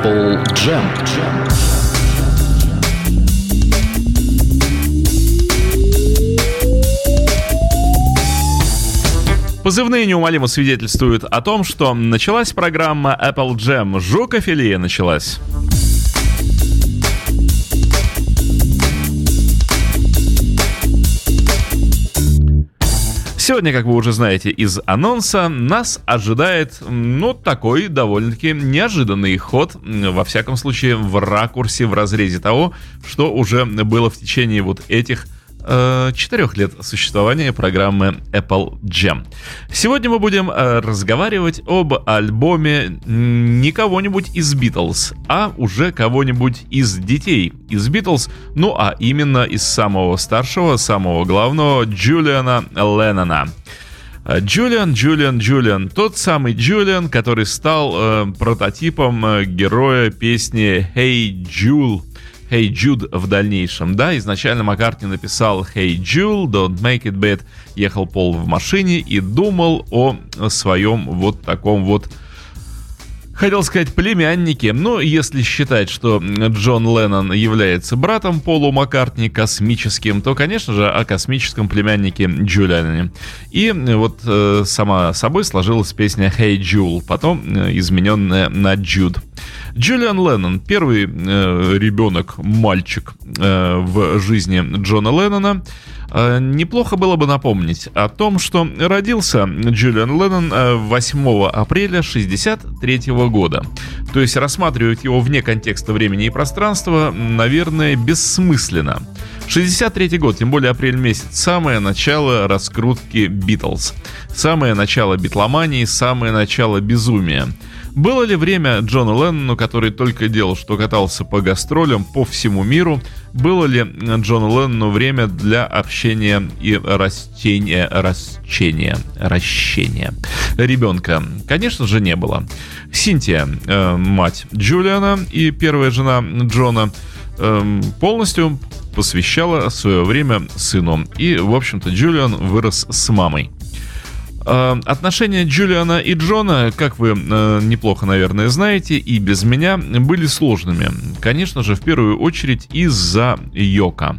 Apple Jam. Позывные неумолимо свидетельствуют о том, что началась программа Apple Jam. Жукофилия началась. Сегодня, как вы уже знаете из анонса, нас ожидает, такой довольно-таки неожиданный ход, во всяком случае, в ракурсе, в разрезе того, что уже было в течение вот этих 4 лет существования программы Apple Jam. Сегодня мы будем разговаривать об альбоме не кого-нибудь из Beatles, а уже кого-нибудь из детей из Beatles, а именно из самого старшего, самого главного Джулиана Леннона. Джулиан, тот самый Джулиан, который стал прототипом героя песни «Hey Jude» в дальнейшем. Да, изначально Маккартни написал «Hey Jude, don't make it bad», ехал Пол в машине и думал о своем вот таком вот, хотел сказать, племяннике. Если считать, что Джон Леннон является братом Полу Маккартни космическим, то, конечно же, о космическом племяннике Джулиане. И вот сама собой сложилась песня «Hey Jude», потом измененная на «Jude». Джулиан Леннон, первый ребенок, мальчик в жизни Джона Леннона. Неплохо было бы напомнить о том, что родился Джулиан Леннон 8 апреля 1963 года. То есть рассматривать его вне контекста времени и пространства, наверное, бессмысленно. 1963 год, тем более апрель месяц, самое начало раскрутки Битлз, самое начало битломании, самое начало безумия. Было ли время Джону Леннону, который только делал, что катался по гастролям по всему миру, было ли Джону Леннону время для общения и ращения ребенка? Конечно же, не было. Синтия, мать Джулиана и первая жена Джона, полностью посвящала свое время сыну. И, в общем-то, Джулиан вырос с мамой. Отношения Джулиана и Джона, как вы неплохо, наверное, знаете, и без меня, были сложными. Конечно же, в первую очередь из-за Йоко.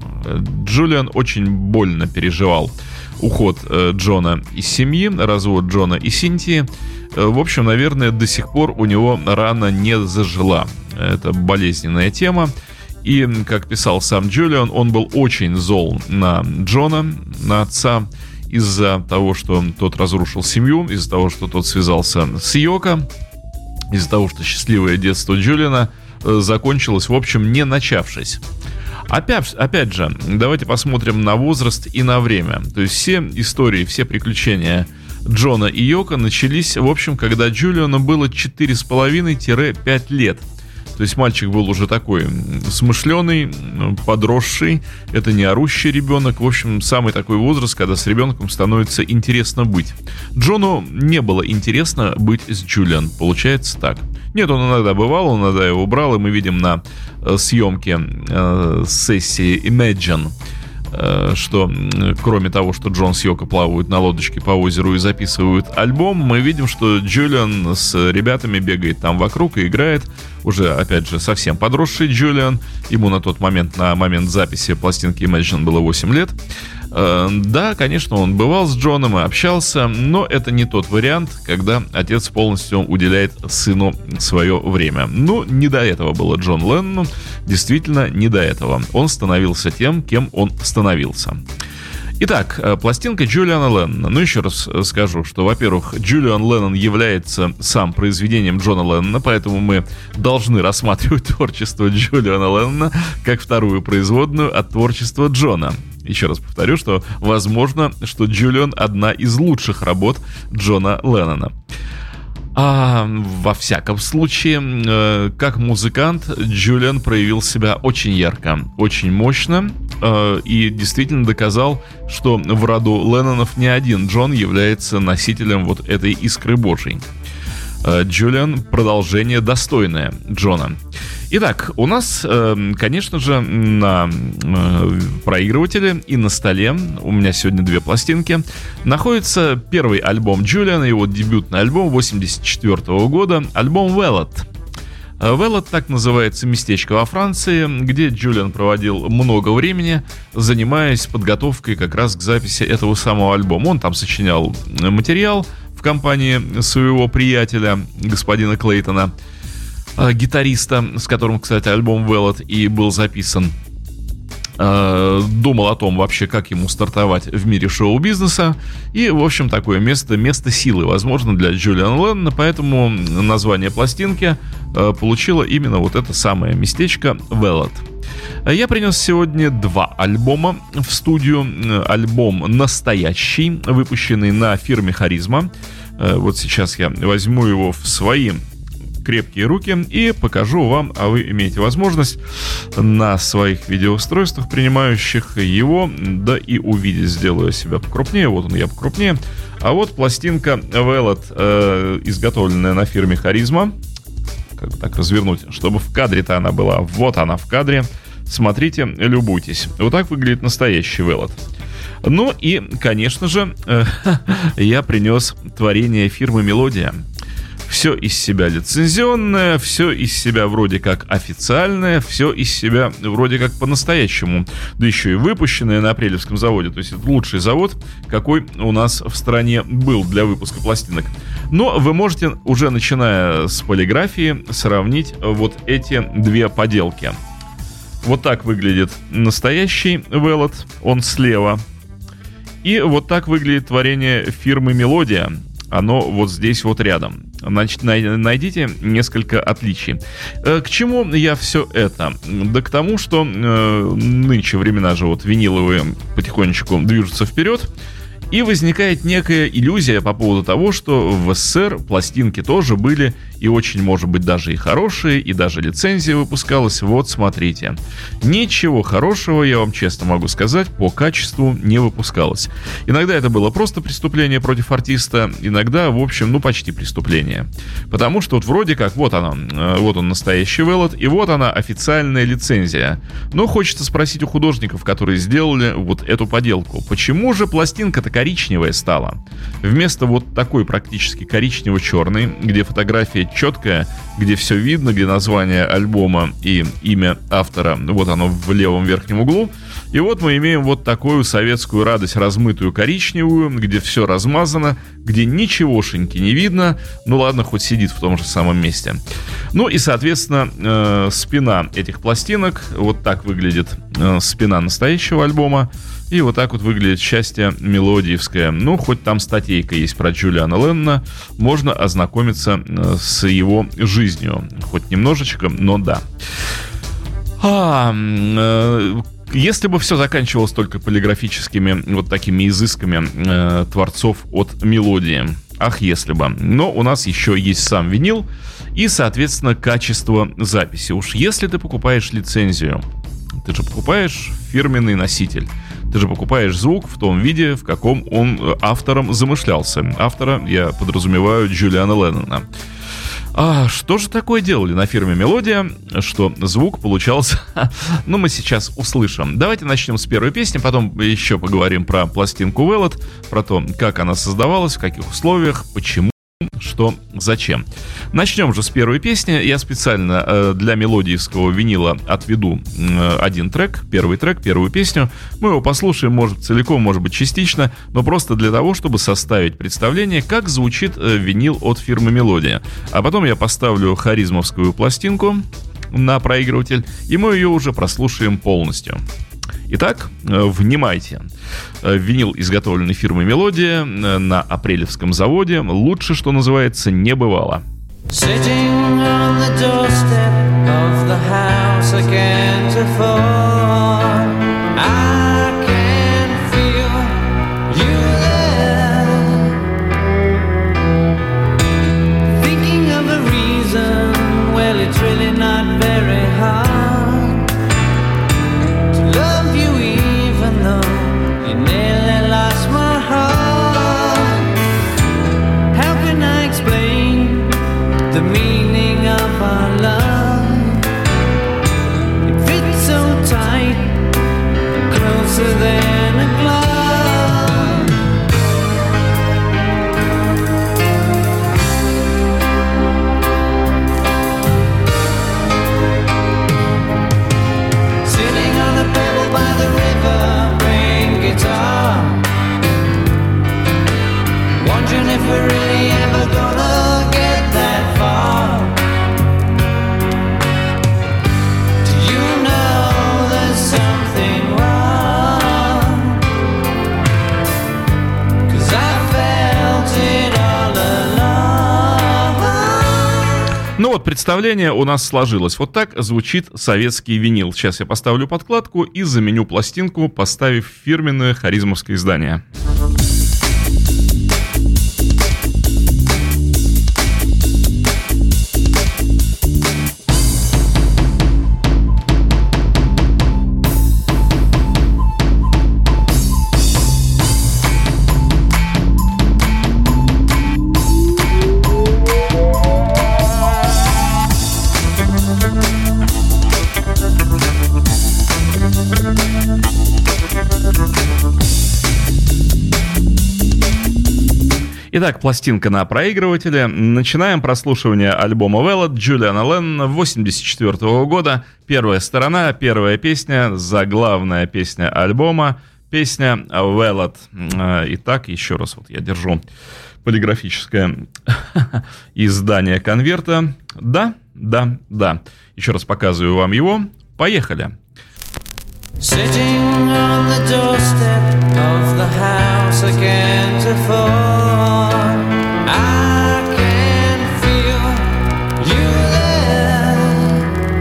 Джулиан очень больно переживал уход Джона из семьи, развод Джона и Синтии. В общем, наверное, до сих пор у него рана не зажила. Это болезненная тема. И, как писал сам Джулиан, он был очень зол на Джона, на отца, из-за того, что тот разрушил семью, из-за того, что тот связался с Йоко, из-за того, что счастливое детство Джулиана закончилось, в общем, не начавшись. Опять же, давайте посмотрим на возраст и на время. То есть все истории, все приключения Джона и Йоко начались, в общем, когда Джулиану было 4,5-5 лет. То есть мальчик был уже такой смышленый, подросший, это не орущий ребенок. В общем, самый такой возраст, когда с ребенком становится интересно быть. Джону не было интересно быть с Джулиан, получается так. Нет, он иногда бывал, он иногда его брал, и мы видим на съемке сессии Imagine, что кроме того, что Джон с Йоко плавают на лодочке по озеру и записывают альбом, мы видим, что Джулиан с ребятами бегает там вокруг и играет. Уже, опять же, совсем подросший Джулиан. Ему на тот момент, на момент записи пластинки Imagine, было 8 лет. Да, конечно, он бывал с Джоном и общался, но это не тот вариант, когда отец полностью уделяет сыну свое время. Не до этого было Джон Леннону, действительно не до этого. Он становился тем, кем он становился. Итак, пластинка Джулиана Леннона. Еще раз скажу, что, во-первых, Джулиан Леннон является сам произведением Джона Леннона, поэтому мы должны рассматривать творчество Джулиана Леннона как вторую производную от творчества Джона. Еще раз повторю, что возможно, что Джулиан одна из лучших работ Джона Леннона. Во всяком случае, как музыкант, Джулиан проявил себя очень ярко, очень мощно и действительно доказал, что в роду Леннонов не один Джон является носителем вот этой искры Божьей. Джулиан — продолжение достойное Джона. Итак, у нас, конечно же, на проигрывателе и на столе, у меня сегодня 2 пластинки, находится первый альбом Джулиана, его дебютный альбом 1984 года, альбом Velvet. Велот, так называется местечко во Франции, где Джулиан проводил много времени, занимаясь подготовкой как раз к записи этого самого альбома. Он там сочинял материал в компании своего приятеля, господина Клейтона, гитариста, с которым, кстати, альбом Велот и был записан. Думал о том вообще, как ему стартовать в мире шоу-бизнеса. И, в общем, такое место силы, возможно, для Джулиана Леннона. Поэтому название пластинки получило именно вот это самое местечко Велот. Я принес сегодня 2 альбома в студию. Альбом настоящий, выпущенный на фирме Харизма. Вот сейчас я возьму его в свои крепкие руки и покажу вам, а вы имеете возможность на своих видеоустройствах, принимающих его, да и увидеть. Сделаю себя покрупнее. Вот он, я покрупнее. А вот пластинка Велот, изготовленная на фирме Харизма. Как бы так развернуть, чтобы в кадре-то она была. Вот она в кадре. Смотрите, любуйтесь. Вот так выглядит настоящий Велот. Ну и, конечно же, я принес творение фирмы Мелодия. Все из себя лицензионное, все из себя вроде как официальное, все из себя вроде как по-настоящему. Да еще и выпущенное на Апрелевском заводе. То есть это лучший завод, какой у нас в стране был для выпуска пластинок. Но вы можете, уже начиная с полиграфии, сравнить вот эти 2 поделки. Вот так выглядит настоящий Велот, он слева. И вот так выглядит творение фирмы Мелодия. Оно вот здесь вот рядом. Значит, найдите несколько отличий. К чему я все это? Да к тому, что нынче времена же вот виниловые потихонечку движутся вперед. И возникает некая иллюзия по поводу того, что в СССР пластинки тоже были, и очень, может быть, даже и хорошие, и даже лицензия выпускалась. Вот, смотрите. Ничего хорошего, я вам честно могу сказать, по качеству не выпускалось. Иногда это было просто преступление против артиста, иногда, в общем, почти преступление. Потому что вот вроде как, вот оно, вот он настоящий Велот, и вот она официальная лицензия. Но хочется спросить у художников, которые сделали вот эту поделку, почему же пластинка-то коричневая стала? Вместо вот такой практически коричнево-черной, где фотография четкая, где все видно, где название альбома и имя автора, вот оно в левом верхнем углу. И вот мы имеем вот такую советскую радость, размытую коричневую, где все размазано, где ничегошеньки не видно. Ну ладно, хоть сидит в том же самом месте. Ну и, соответственно, спина этих пластинок. Вот так выглядит спина настоящего альбома. И вот так вот выглядит счастье мелодиевское. Ну, хоть там статейка есть про Джулиана Леннона, можно ознакомиться с его жизнью. Хоть немножечко, но да. Если бы все заканчивалось только полиграфическими вот такими изысками творцов от Мелодии. Ах, если бы. Но у нас еще есть сам винил и, соответственно, качество записи. Уж если ты покупаешь лицензию, ты же покупаешь фирменный носитель. Ты же покупаешь звук в том виде, в каком он автором замышлялся. Автора я подразумеваю Джулиана Леннона. А что же такое делали на фирме Мелодия, что звук получался... Ну, мы сейчас услышим. Давайте начнем с первой песни, потом еще поговорим про пластинку Велот, про то, как она создавалась, в каких условиях, почему, что, зачем. Начнем же с первой песни. Я специально для мелодиевского винила отведу один трек, первую песню. Мы его послушаем, может, целиком, может быть, частично, но просто для того, чтобы составить представление, как звучит винил от фирмы Мелодия. А потом я поставлю харизмовскую пластинку на проигрыватель, и мы ее уже прослушаем полностью. Итак, внимайте. Винил, изготовленный фирмой Мелодия на Апрелевском заводе, лучше, что называется, не бывало. Sitting on the doorstep of the house I can't afford, I can feel you there, thinking of a reason, well it's really not very hard to love you even though you nearly lost my heart. How can I explain the meaning of our love? It fits so tight вот, представление у нас сложилось. Вот так звучит советский винил. Сейчас я поставлю подкладку и заменю пластинку, поставив фирменное харизмовское издание. Итак, пластинка на проигрывателе. Начинаем прослушивание альбома Velvet Джулиана Леннона 1984 года. Первая сторона, первая песня, заглавная песня альбома, песня Velvet. Итак, еще раз, вот я держу полиграфическое издание конверта. Да. Еще раз показываю вам его. Поехали. Sitting on the doorstep of the house I can't afford, I can feel you there.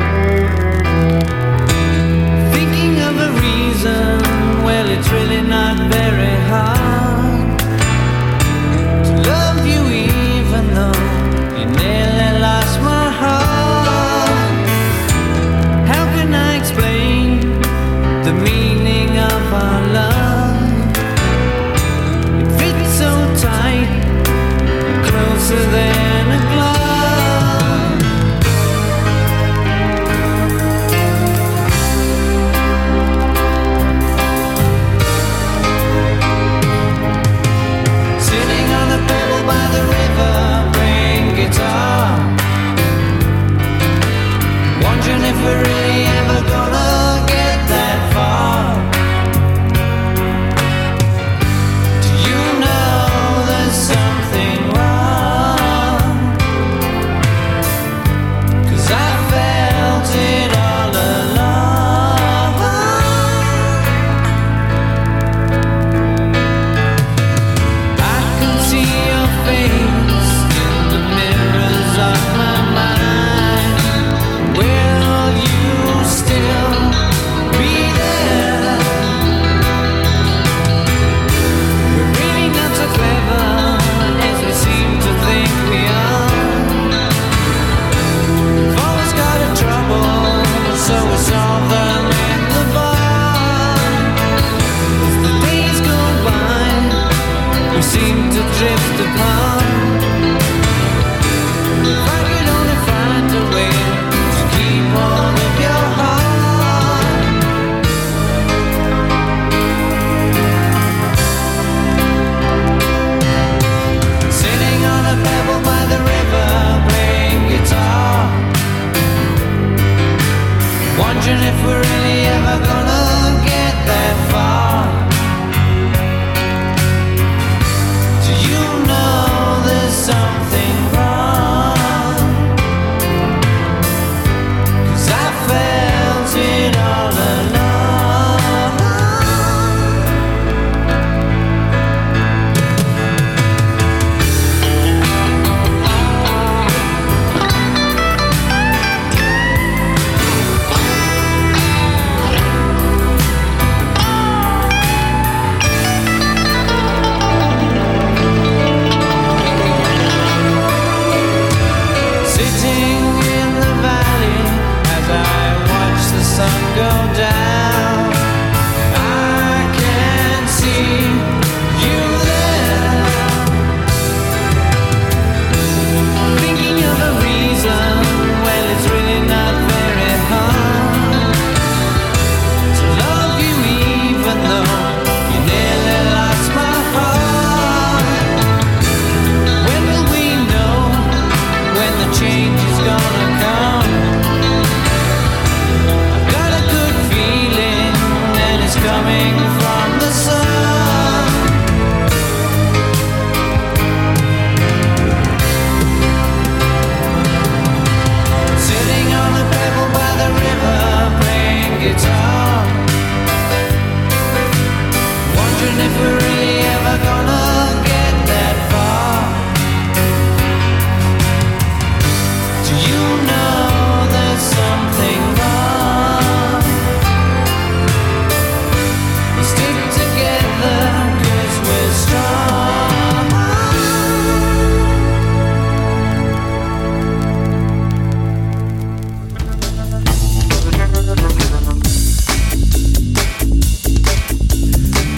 Thinking of a reason, well it's really not very hard to love you even though you nearly lost my heart. How can I explain the meaning of our love? It fits so tight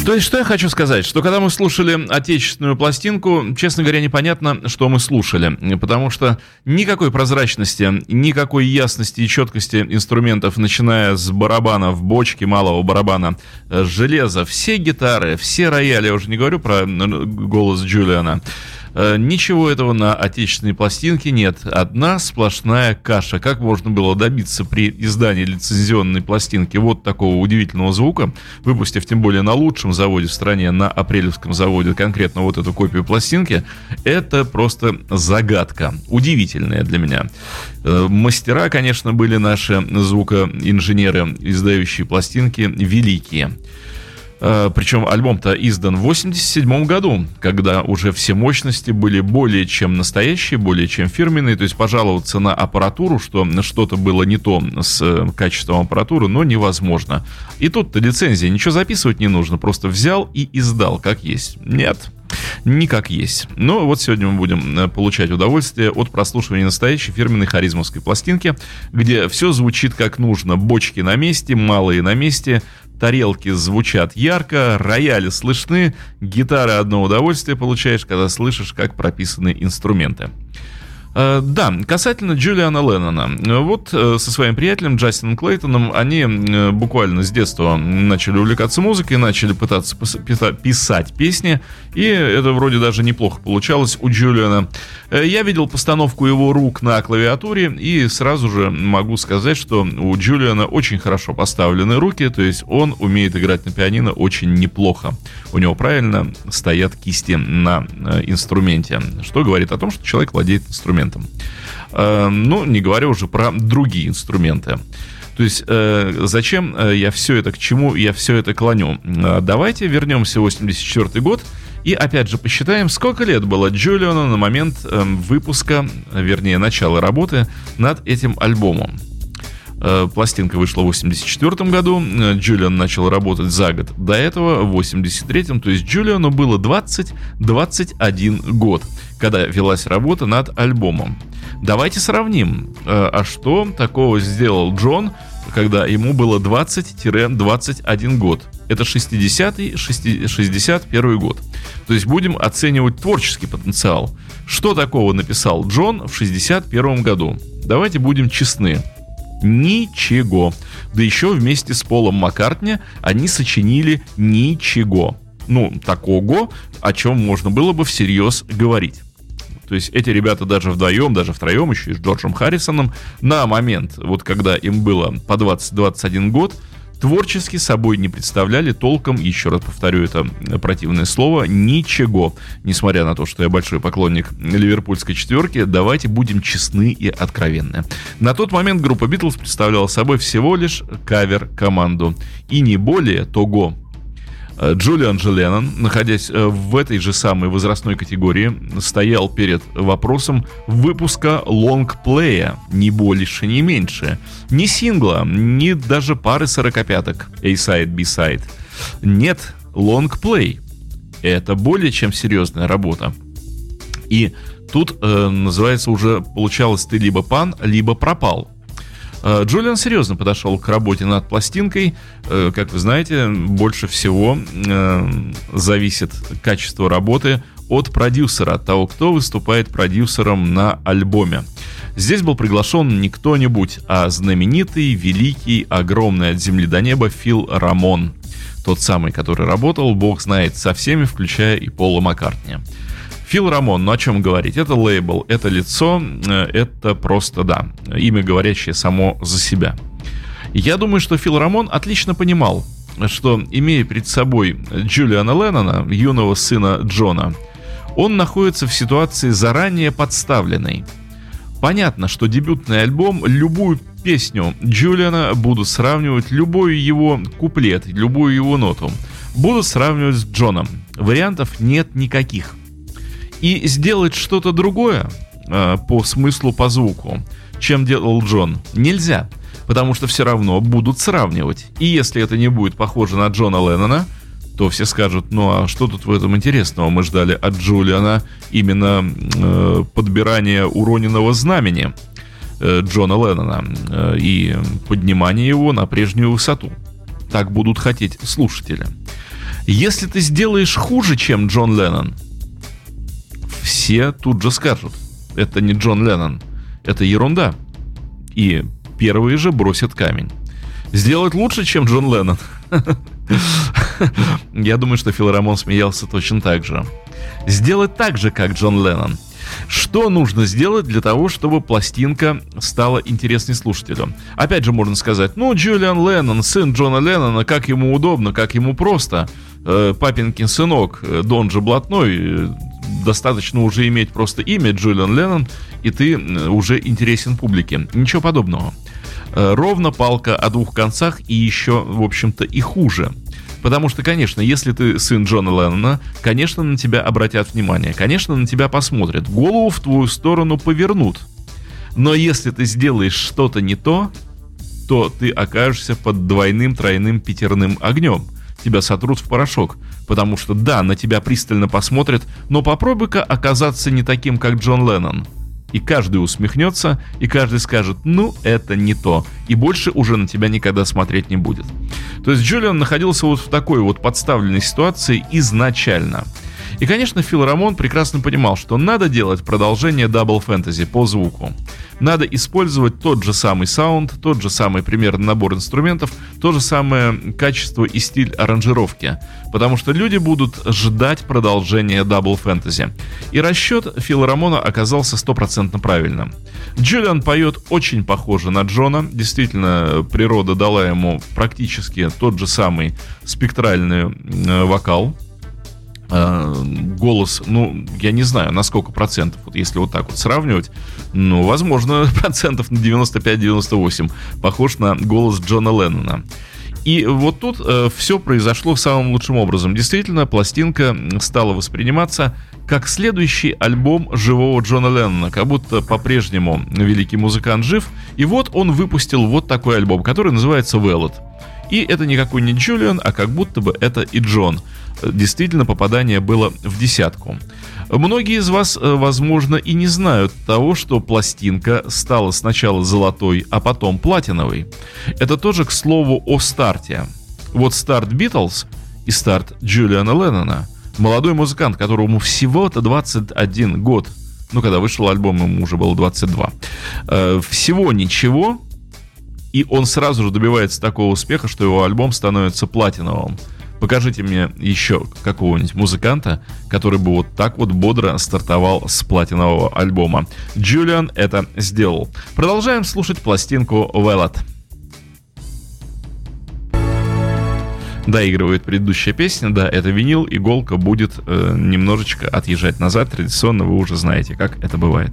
То есть, что я хочу сказать, что когда мы слушали отечественную пластинку, честно говоря, непонятно, что мы слушали, потому что никакой прозрачности, никакой ясности и четкости инструментов, начиная с барабанов, бочки, малого барабана, железа, все гитары, все рояли, я уже не говорю про голос Джулиана, ничего этого на отечественной пластинке нет. Одна сплошная каша. Как можно было добиться при издании лицензионной пластинки вот такого удивительного звука, выпустив тем более на лучшем заводе в стране, на Апрелевском заводе, конкретно вот эту копию пластинки, это просто загадка. Удивительная для меня. Мастера, конечно, были наши звукоинженеры, издающие пластинки, великие. Причем альбом-то издан в 1987 году, когда уже все мощности были более чем настоящие, более чем фирменные. То есть пожаловаться на аппаратуру, что что-то было не то с качеством аппаратуры, но невозможно. И тут-то лицензия, ничего записывать не нужно, просто взял и издал, как есть. Нет, не как есть. Но вот сегодня мы будем получать удовольствие от прослушивания настоящей фирменной харизмовской пластинки, где все звучит как нужно. Бочки на месте, малые на месте, тарелки звучат ярко, рояли слышны, гитары одно удовольствие получаешь, когда слышишь, как прописаны инструменты. Да, касательно Джулиана Леннона. Вот со своим приятелем Джастином Клейтоном они буквально с детства начали увлекаться музыкой, начали пытаться писать песни, и это вроде даже неплохо получалось у Джулиана. Я видел постановку его рук на клавиатуре, и сразу же могу сказать, что у Джулиана очень хорошо поставлены руки, то есть он умеет играть на пианино очень неплохо. У него правильно стоят кисти на инструменте, что говорит о том, что человек владеет инструментом. Ну, не говоря уже про другие инструменты. То есть, зачем я все это, к чему я все это клоню? Давайте вернемся в 1984 год и опять же посчитаем, сколько лет было Джулиану на момент выпуска, вернее, начала работы над этим альбомом. Пластинка вышла в 1984 году, Джулиан начал работать за год до этого, в 1983, то есть Джулиану было 20-21 год, когда велась работа над альбомом. Давайте сравним, а что такого сделал Джон, когда ему было 20-21 год. Это 60-й, 61 год. То есть будем оценивать творческий потенциал. Что такого написал Джон в 61 году? Давайте будем честны. Ничего. Да еще вместе с Полом Маккартни они сочинили ничего. Ну, такого, о чем можно было бы всерьез говорить. То есть эти ребята даже вдвоем, даже втроем, еще и с Джорджем Харрисоном, на момент, вот когда им было по 20-21 год, творчески собой не представляли толком, еще раз повторю это противное слово, ничего. Несмотря на то, что я большой поклонник ливерпульской четверки, давайте будем честны и откровенны. На тот момент группа Битлз представляла собой всего лишь кавер-команду. И не более того. Джулиан Леннон, находясь в этой же самой возрастной категории, стоял перед вопросом выпуска лонгплея, ни больше, ни меньше. Ни сингла, ни даже пары 45-ок, A-side, B-side. Нет, лонгплей. Это более чем серьезная работа. И тут, называется, уже получалось ты либо пан, либо пропал. Джулиан серьезно подошел к работе над пластинкой. Как вы знаете, больше всего зависит качество работы от продюсера, от того, кто выступает продюсером на альбоме. Здесь был приглашен не кто-нибудь, а знаменитый, великий, огромный от земли до неба Фил Рамон. Тот самый, который работал, бог знает, со всеми, включая и Пола Маккартни. Фил Рамон, ну о чем говорить? Это лейбл, это лицо, это просто, да, имя, говорящее само за себя. Я думаю, что Фил Рамон отлично понимал, что, имея перед собой Джулиана Леннона, юного сына Джона, он находится в ситуации заранее подставленной. Понятно, что дебютный альбом, любую песню Джулиана будут сравнивать, любой его куплет, любую его ноту будут сравнивать с Джоном. Вариантов нет никаких. И сделать что-то другое по смыслу, по звуку, чем делал Джон, нельзя, потому что все равно будут сравнивать. И если это не будет похоже на Джона Леннона, то все скажут, ну а что тут в этом интересного? Мы ждали от Джулиана именно подбирания уроненного знамени Джона Леннона и поднимания его на прежнюю высоту. Так будут хотеть слушатели. Если ты сделаешь хуже, чем Джон Леннон, все тут же скажут: это не Джон Леннон, это ерунда. И первые же бросят камень. Сделать лучше, чем Джон Леннон. Я думаю, что Фил Рамон смеялся точно так же. Сделать так же, как Джон Леннон. Что нужно сделать для того, чтобы пластинка стала интересной слушателю? Опять же можно сказать: ну, Джулиан Леннон, сын Джона Леннона, как ему удобно, как ему просто. Папинкин сынок, Дон же блатной, достаточно уже иметь просто имя Джулиан Леннон, и ты уже интересен публике. Ничего подобного. Ровно палка о двух концах, и еще, в общем-то, и хуже. Потому что, конечно, если ты сын Джона Леннона, конечно, на тебя обратят внимание, конечно, на тебя посмотрят, голову в твою сторону повернут. Но если ты сделаешь что-то не то, то ты окажешься под двойным, тройным, пятерным огнем. Тебя сотрут в порошок. Потому что, да, на тебя пристально посмотрят, но попробуй-ка оказаться не таким, как Джон Леннон. И каждый усмехнется, и каждый скажет: ну, это не то. И больше уже на тебя никогда смотреть не будет. То есть Джулиан находился вот в такой вот подставленной ситуации изначально. И, конечно, Фил Рамон прекрасно понимал, что надо делать продолжение Double Fantasy по звуку. Надо использовать тот же самый саунд, тот же самый примерно набор инструментов, то же самое качество и стиль аранжировки. Потому что люди будут ждать продолжения Double Fantasy. И расчет Фила Рамона оказался 100% правильным. Джулиан поет очень похоже на Джона. Действительно, природа дала ему практически тот же самый спектральный вокал. Голос, ну, я не знаю, на сколько процентов, вот если вот так вот сравнивать, ну, возможно, процентов на 95-98 похож на голос Джона Леннона. И вот тут все произошло самым лучшим образом. Действительно, пластинка стала восприниматься как следующий альбом живого Джона Леннона, как будто по-прежнему великий музыкант жив. И вот он выпустил вот такой альбом, который называется Velvet. И это никакой не Джулиан, а как будто бы это и Джон. Действительно, попадание было в десятку. Многие из вас, возможно, и не знают того, что пластинка стала сначала золотой, а потом платиновой. Это тоже, к слову, о старте. Вот старт Битлз и старт Джулиана Леннона. Молодой музыкант, которому всего-то 21 год. Ну, когда вышел альбом, ему уже было 22. Всего ничего. И он сразу же добивается такого успеха, что его альбом становится платиновым. Покажите мне еще какого-нибудь музыканта, который бы вот так вот бодро стартовал с платинового альбома. Джулиан это сделал. Продолжаем слушать пластинку Velvet. Доигрывает предыдущая песня. Да, это винил, иголка будет немножечко отъезжать назад. Традиционно вы уже знаете, как это бывает.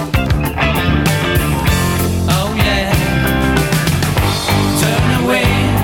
Turn away.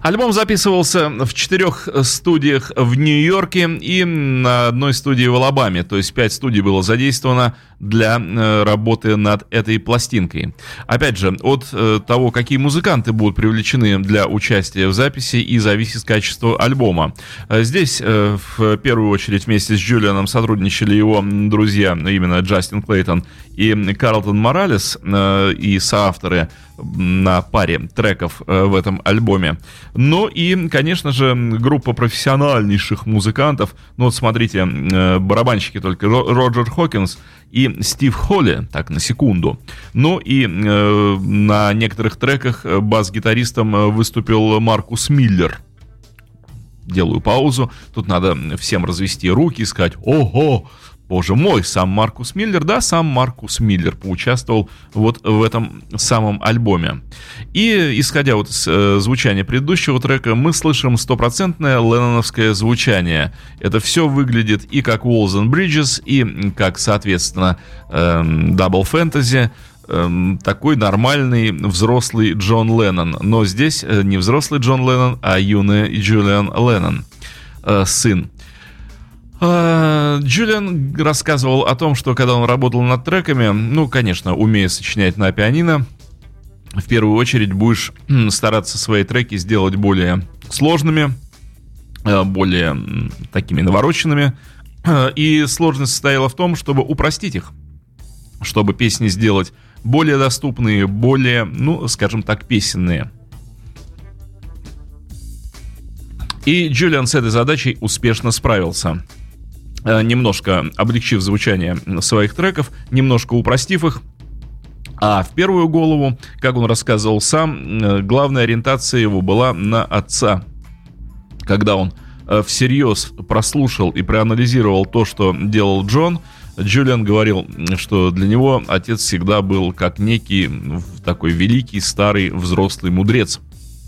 Альбом записывался в 4 студиях в Нью-Йорке и на одной студии в Алабаме. То есть 5 студий было задействовано для работы над этой пластинкой. Опять же, от того, какие музыканты будут привлечены для участия в записи, и зависит качество альбома. Здесь в первую очередь вместе с Джулианом сотрудничали его друзья, именно Джастин Клейтон и Карлтон Моралес, и соавторы на паре треков в этом альбоме. Ну и, конечно же, группа профессиональнейших музыкантов. Ну вот смотрите, барабанщики только Роджер Хокинс и Стив Холли, так, на секунду. Ну и на некоторых треках бас-гитаристом выступил Маркус Миллер. Делаю паузу. Тут надо всем развести руки и сказать: ого! Боже мой, сам Маркус Миллер, да, сам Маркус Миллер поучаствовал вот в этом самом альбоме. И, исходя вот из звучания предыдущего трека, мы слышим стопроцентное ленноновское звучание. Это все выглядит и как Walls and Bridges, и как, соответственно, Double Fantasy, такой нормальный взрослый Джон Леннон. Но здесь не взрослый Джон Леннон, а юный Джулиан Леннон, сын. Джулиан рассказывал о том, что когда он работал над треками, ну, конечно, умея сочинять на пианино, в первую очередь будешь стараться свои треки сделать более сложными, более такими навороченными. И сложность состояла в том, чтобы упростить их, чтобы песни сделать более доступные, более, ну, скажем так, песенные. И Джулиан с этой задачей успешно справился, немножко облегчив звучание своих треков, немножко упростив их. А в первую голову, как он рассказывал сам, главная ориентация его была на отца. Когда он всерьез прослушал и проанализировал то, что делал Джон, Джулиан говорил, что для него отец всегда был как некий такой великий, старый, взрослый мудрец,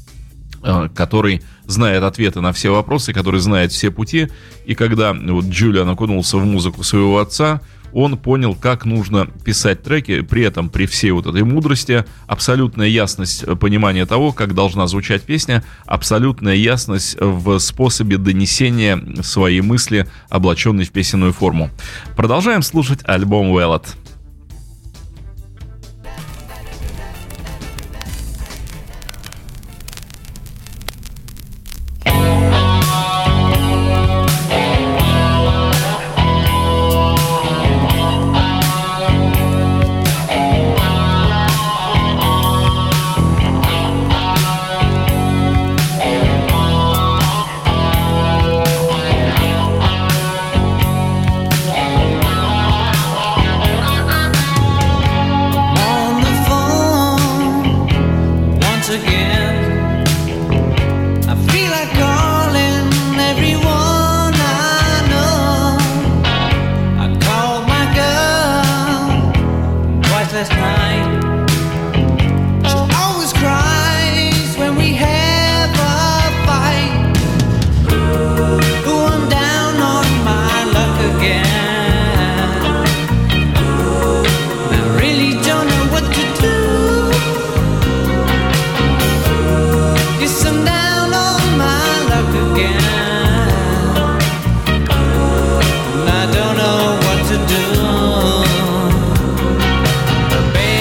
который знает ответы на все вопросы, который знает все пути. И когда вот Джулиан окунулся в музыку своего отца, он понял, как нужно писать треки, при этом при всей вот этой мудрости, абсолютная ясность понимания того, как должна звучать песня, абсолютная ясность в способе донесения своей мысли, облаченной в песенную форму. Продолжаем слушать альбом Velvet. Baby,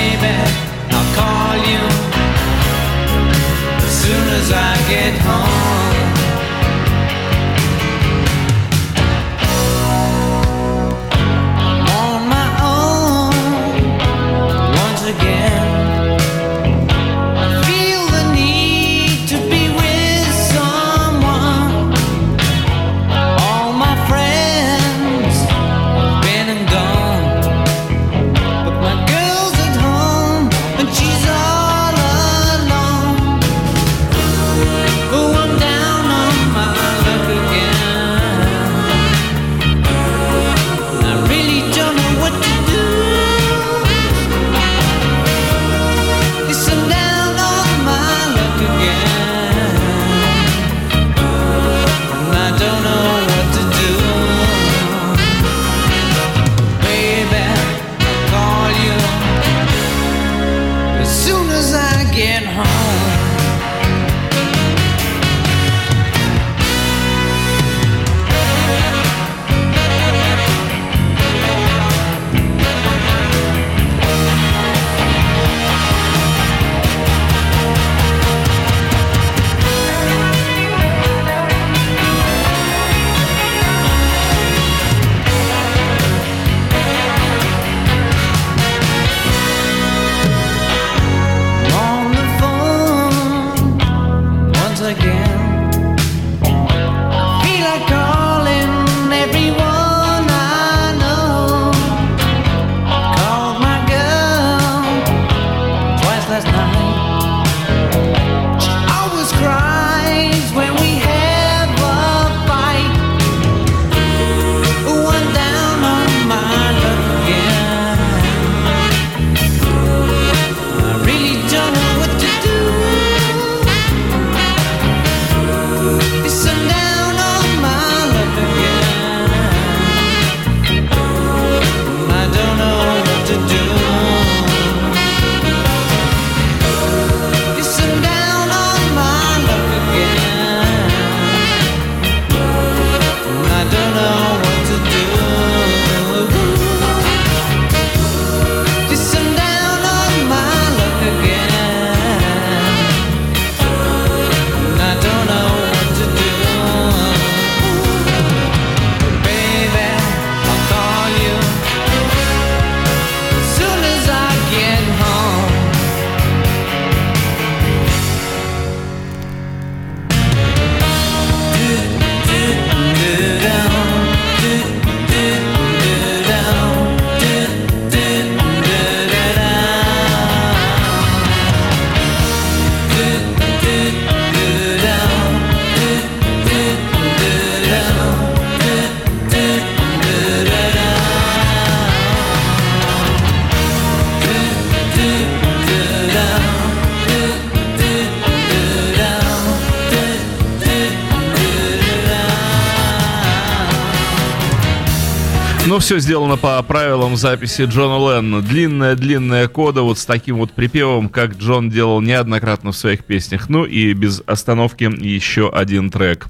Но все сделано по правилам записи Джона Леннона. Длинная кода вот с таким вот припевом, как Джон делал неоднократно в своих песнях. Ну и без остановки еще один трек.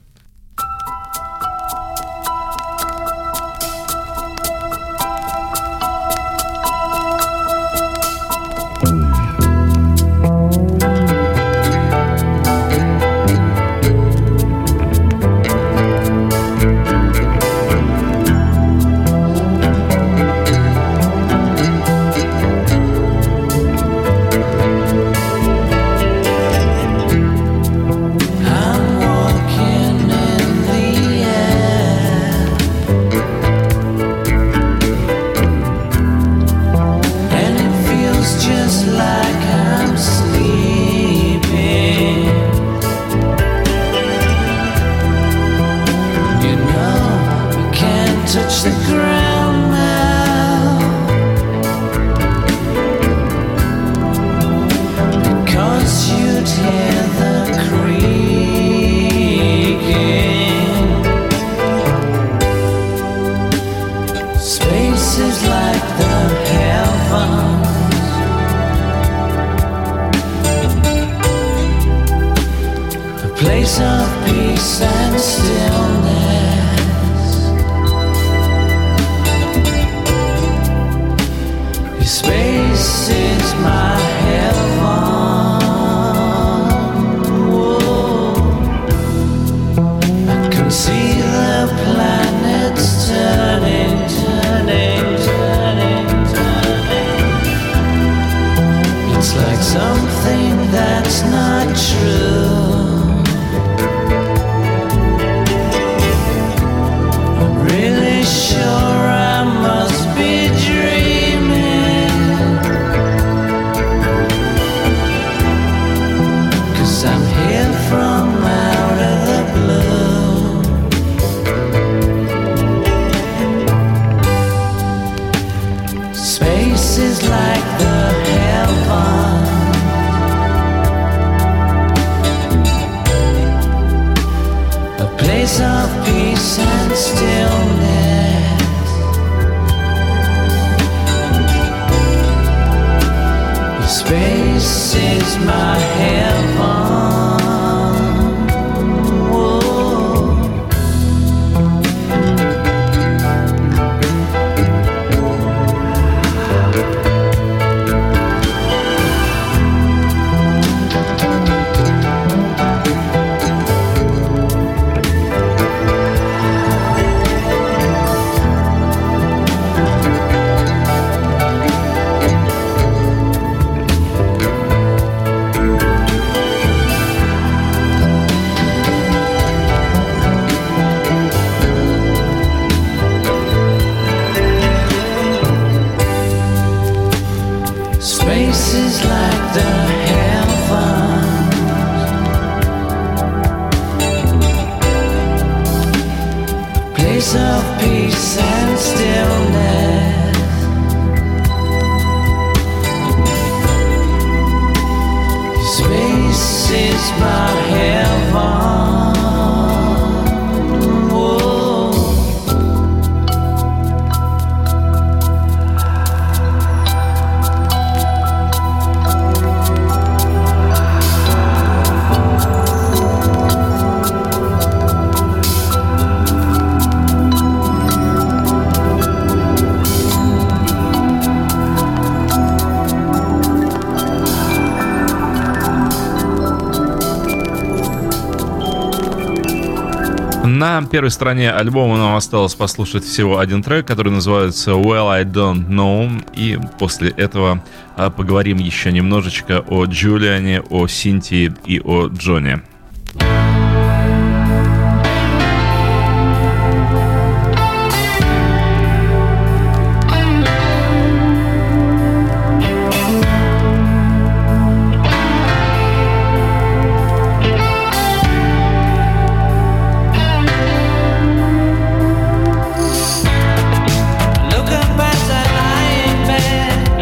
На первой стороне альбома нам осталось послушать всего один трек, который называется Well, I Don't Know. И после этого поговорим еще немножечко о Джулиане, о Синтии и о Джоне.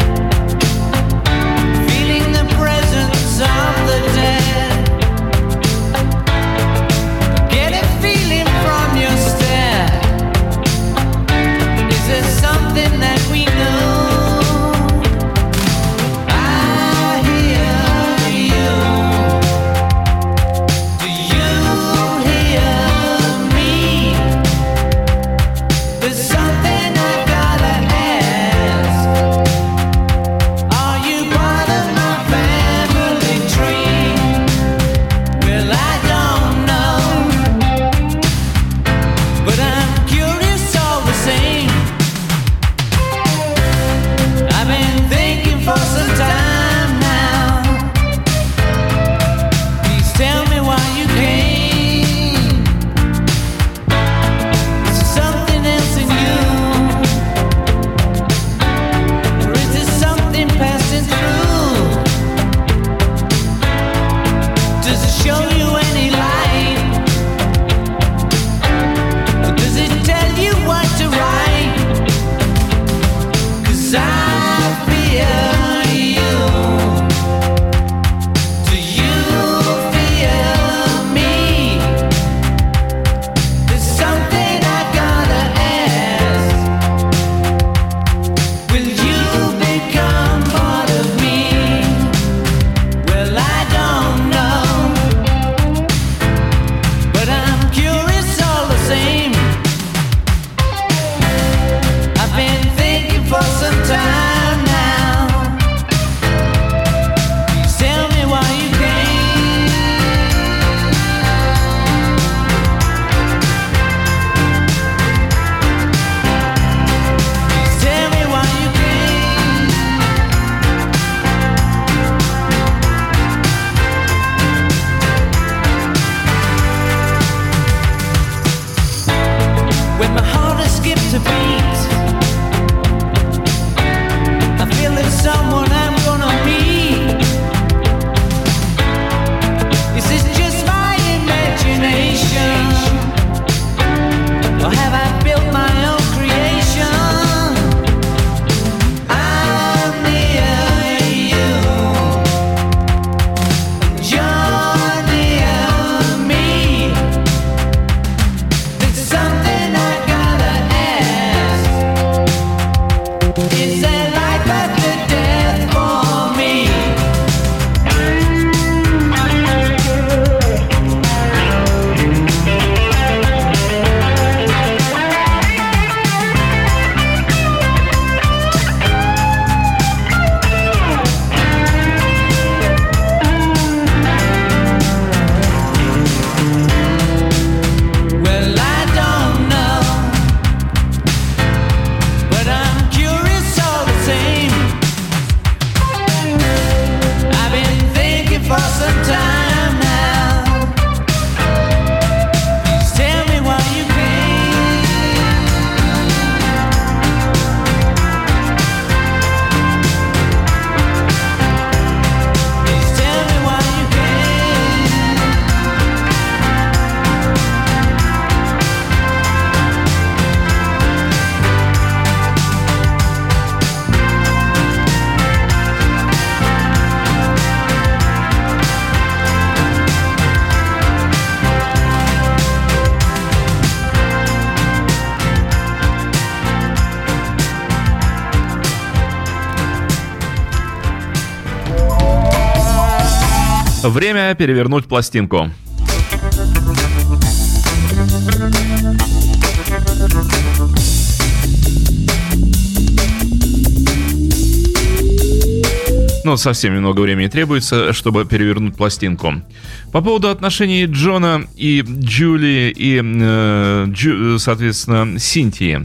Feeling the presence of the dead. Is there life after death for me? Well, I don't know, but I'm curious all the same. I've been thinking for some time now. Please tell me why you came. Please tell me why you came. Время перевернуть пластинку. Но совсем немного времени требуется, чтобы перевернуть пластинку. По поводу отношений Джона и Джули и, соответственно, Синтии.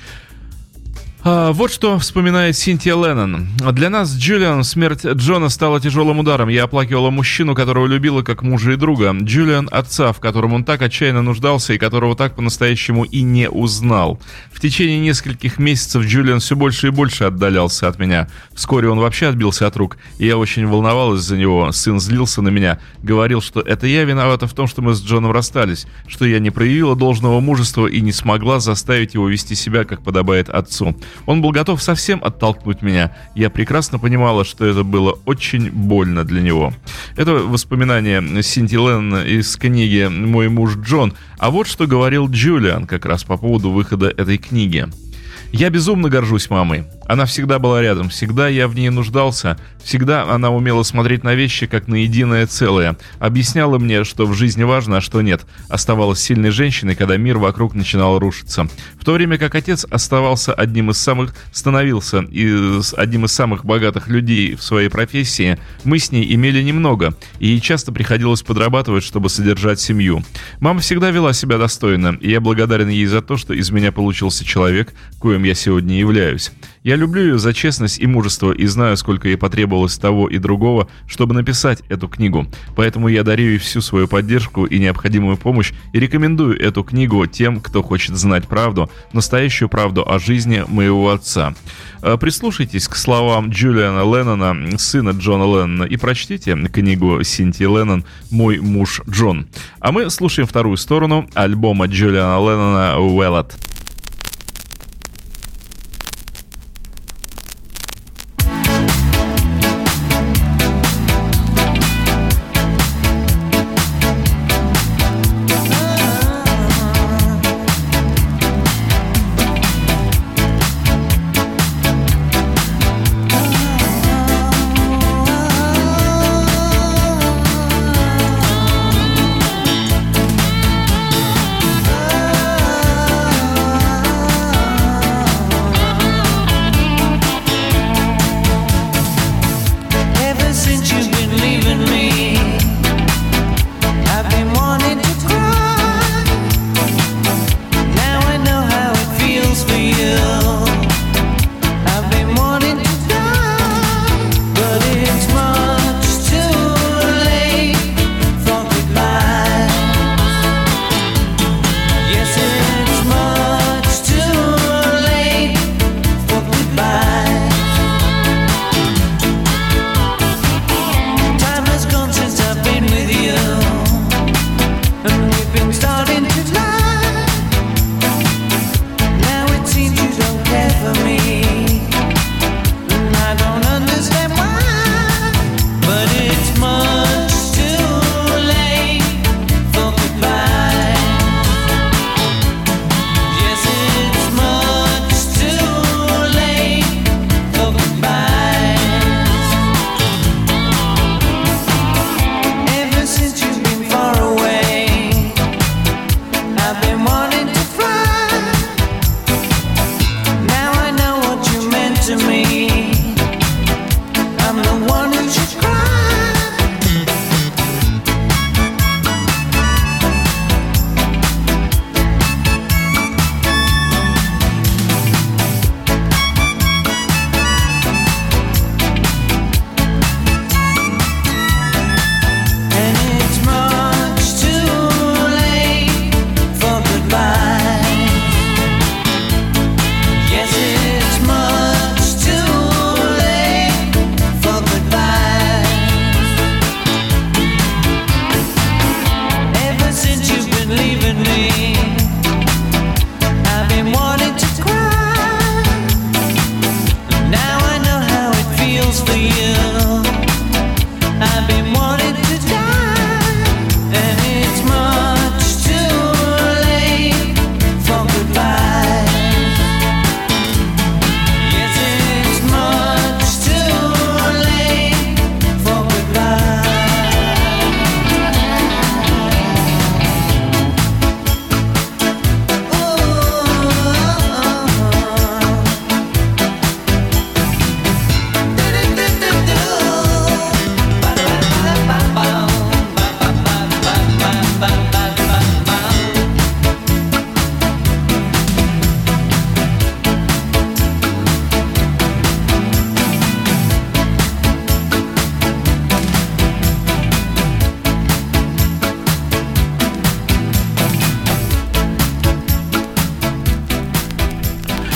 Вот что вспоминает Синтия Леннон. «Для нас с Джулиан смерть Джона стала тяжелым ударом. Я оплакивала мужчину, которого любила как мужа и друга. Джулиан — отца, в котором он так отчаянно нуждался и которого так по-настоящему и не узнал. В течение нескольких месяцев Джулиан все больше и больше отдалялся от меня. Вскоре он вообще отбился от рук, и я очень волновалась за него. Сын злился на меня, говорил, что это я виновата в том, что мы с Джоном расстались, что я не проявила должного мужества и не смогла заставить его вести себя, как подобает отцу. Он был готов совсем оттолкнуть меня. Я прекрасно понимала, что это было очень больно для него». Это воспоминание Синти Леннон из книги «Мой муж Джон». А вот что говорил Джулиан как раз по поводу выхода этой книги. «Я безумно горжусь мамой. Она всегда была рядом, всегда я в ней нуждался, всегда она умела смотреть на вещи как на единое целое, объясняла мне, что в жизни важно, а что нет, оставалась сильной женщиной, когда мир вокруг начинал рушиться. В то время как отец становился одним из самых богатых людей в своей профессии, мы с ней имели немного, и ей часто приходилось подрабатывать, чтобы содержать семью. Мама всегда вела себя достойно, и я благодарен ей за то, что из меня получился человек, коим я сегодня являюсь. Я люблю ее за честность и мужество и знаю, сколько ей потребовалось того и другого, чтобы написать эту книгу. Поэтому я дарю ей всю свою поддержку и необходимую помощь и рекомендую эту книгу тем, кто хочет знать правду, настоящую правду о жизни моего отца». Прислушайтесь к словам Джулиана Леннона, сына Джона Леннона, и прочтите книгу Синти Леннон «Мой муж Джон». А мы слушаем вторую сторону альбома Джулиана Леннона «Well It».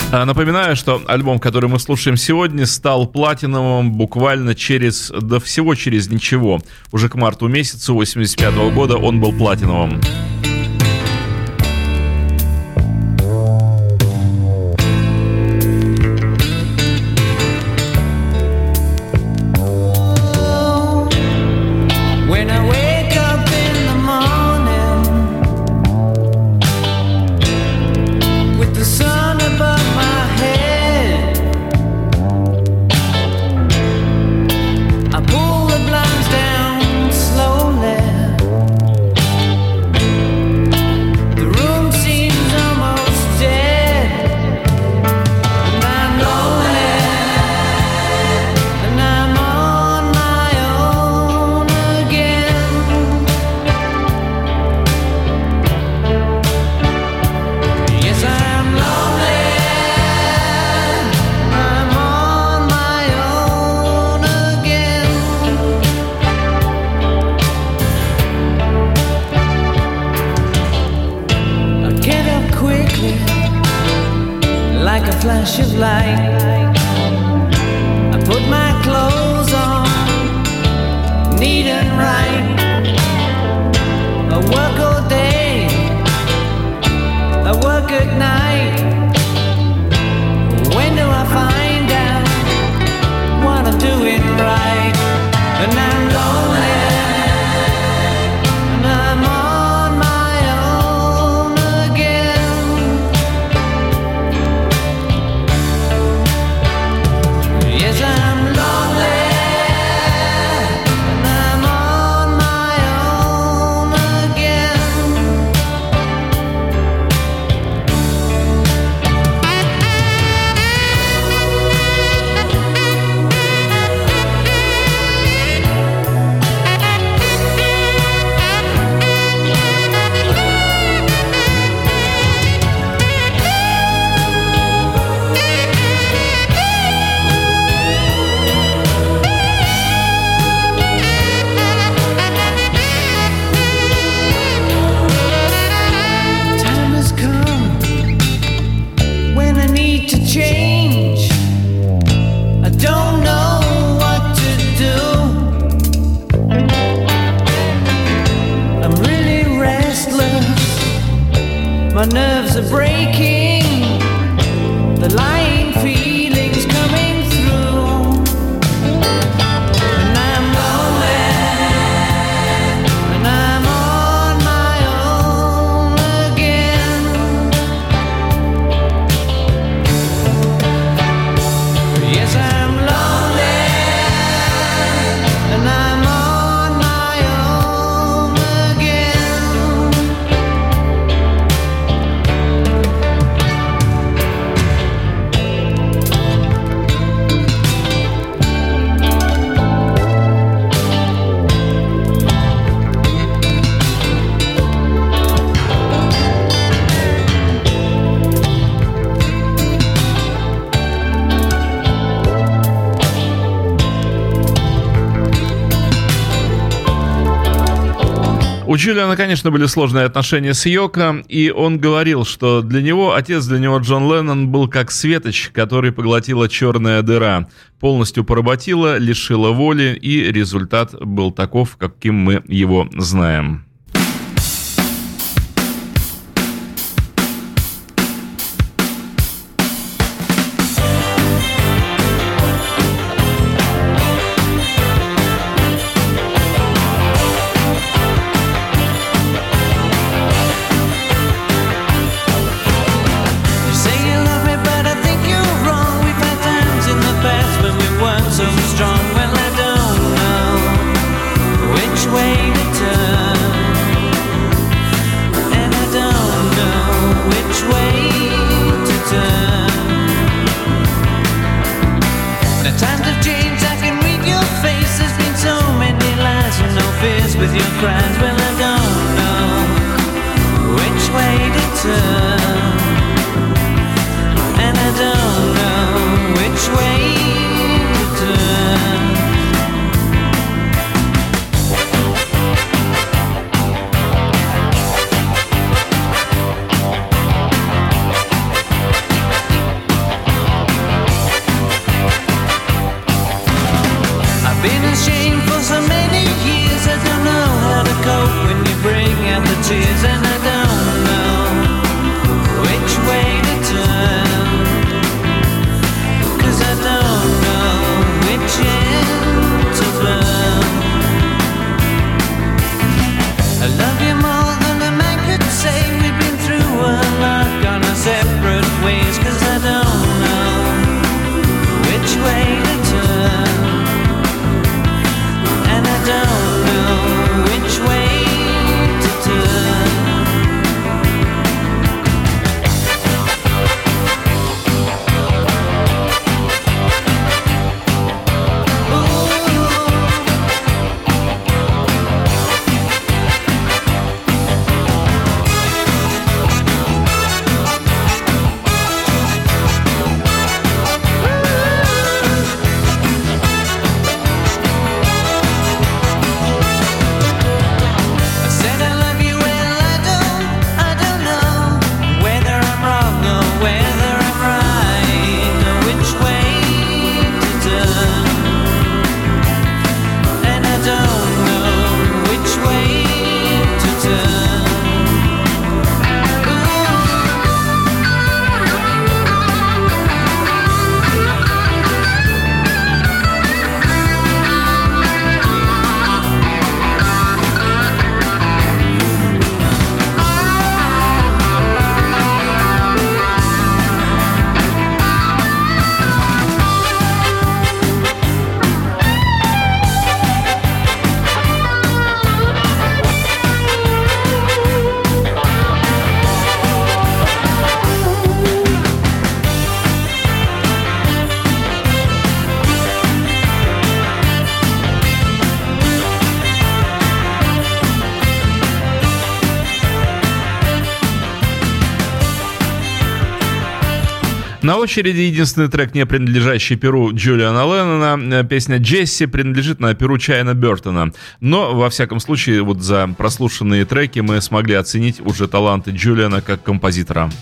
Напоминаю, что альбом, который мы слушаем сегодня, стал платиновым буквально всего через ничего. Уже к марту месяцу 1985 года он был платиновым. У Джулиана, конечно, были сложные отношения с Йоко, и он говорил, что отец для него Джон Леннон был как светоч, который поглотила черная дыра, полностью поработила, лишила воли, и результат был таков, каким мы его знаем. На очереди единственный трек, не принадлежащий перу Джулиана Леннона. Песня «Джесси» принадлежит на перу Чайна Бёртона. Но, во всяком случае, вот за прослушанные треки мы смогли оценить уже таланты Джулиана как композитора.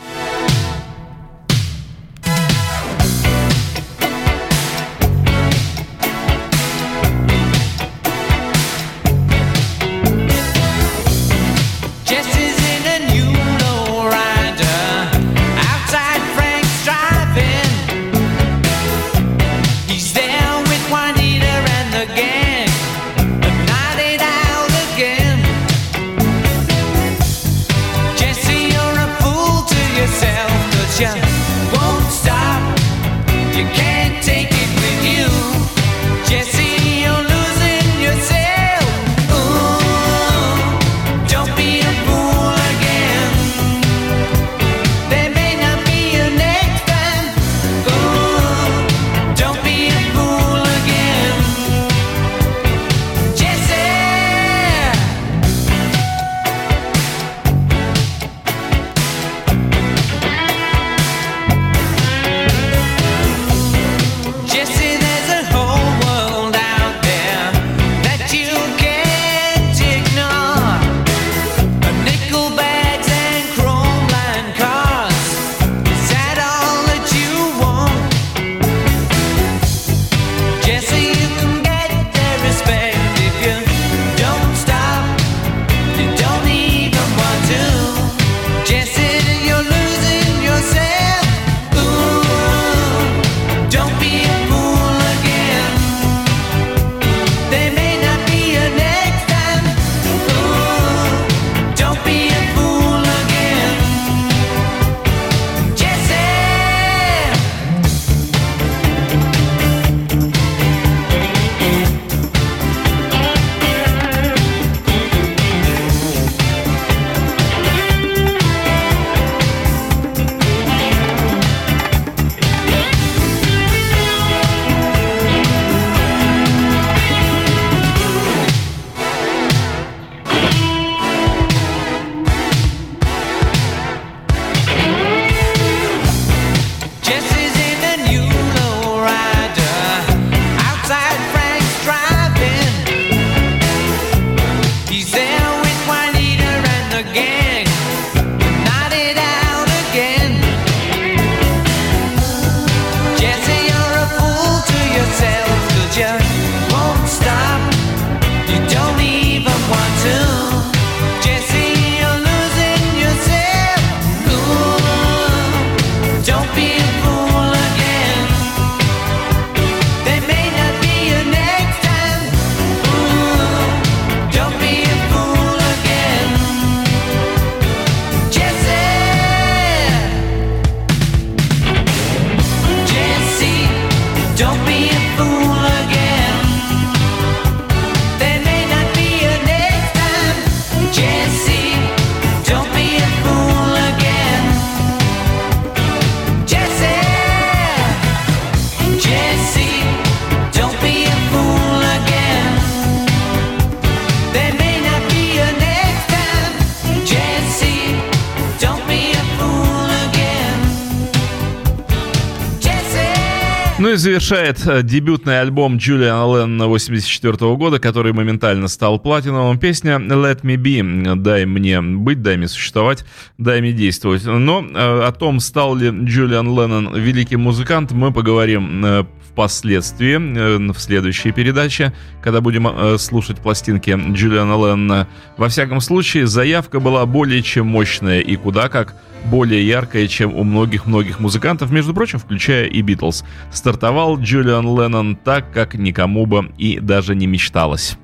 Ну и завершает дебютный альбом Джулиана Леннона 1984 года, который моментально стал платиновым, песня «Let me be», «Дай мне быть, дай мне существовать, дай мне действовать». Но о том, стал ли Джулиан Леннон великим музыкантом, мы поговорим впоследствии, в следующей передаче, когда будем слушать пластинки Джулиана Леннона. Во всяком случае, заявка была более чем мощная и куда как более яркая, чем у многих-многих музыкантов, между прочим, включая и Битлз. Стартовал Джулиан Леннон так, как никому бы и даже не мечталось.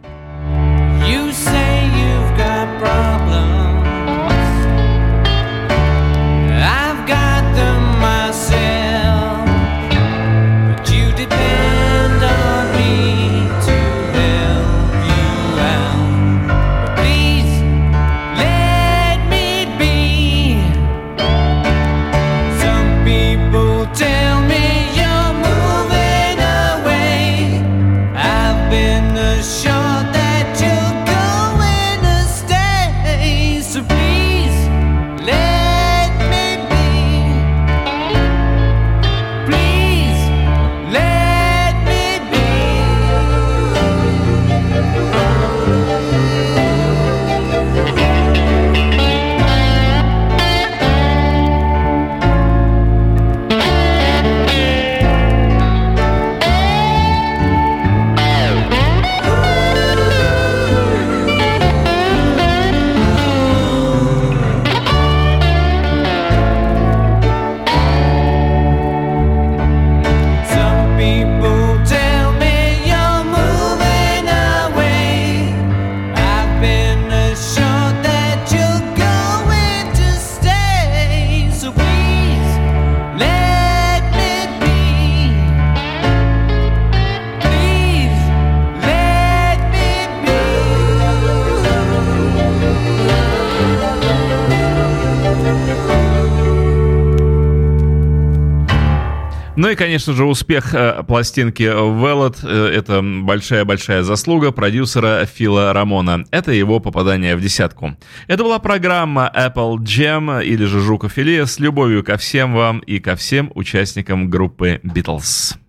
Sure. Ну и, конечно же, успех пластинки Velvet — это большая-большая заслуга продюсера Фила Рамона. Это его попадание в десятку. Это была программа Apple Jam, или же Жукофилия, с любовью ко всем вам и ко всем участникам группы Beatles.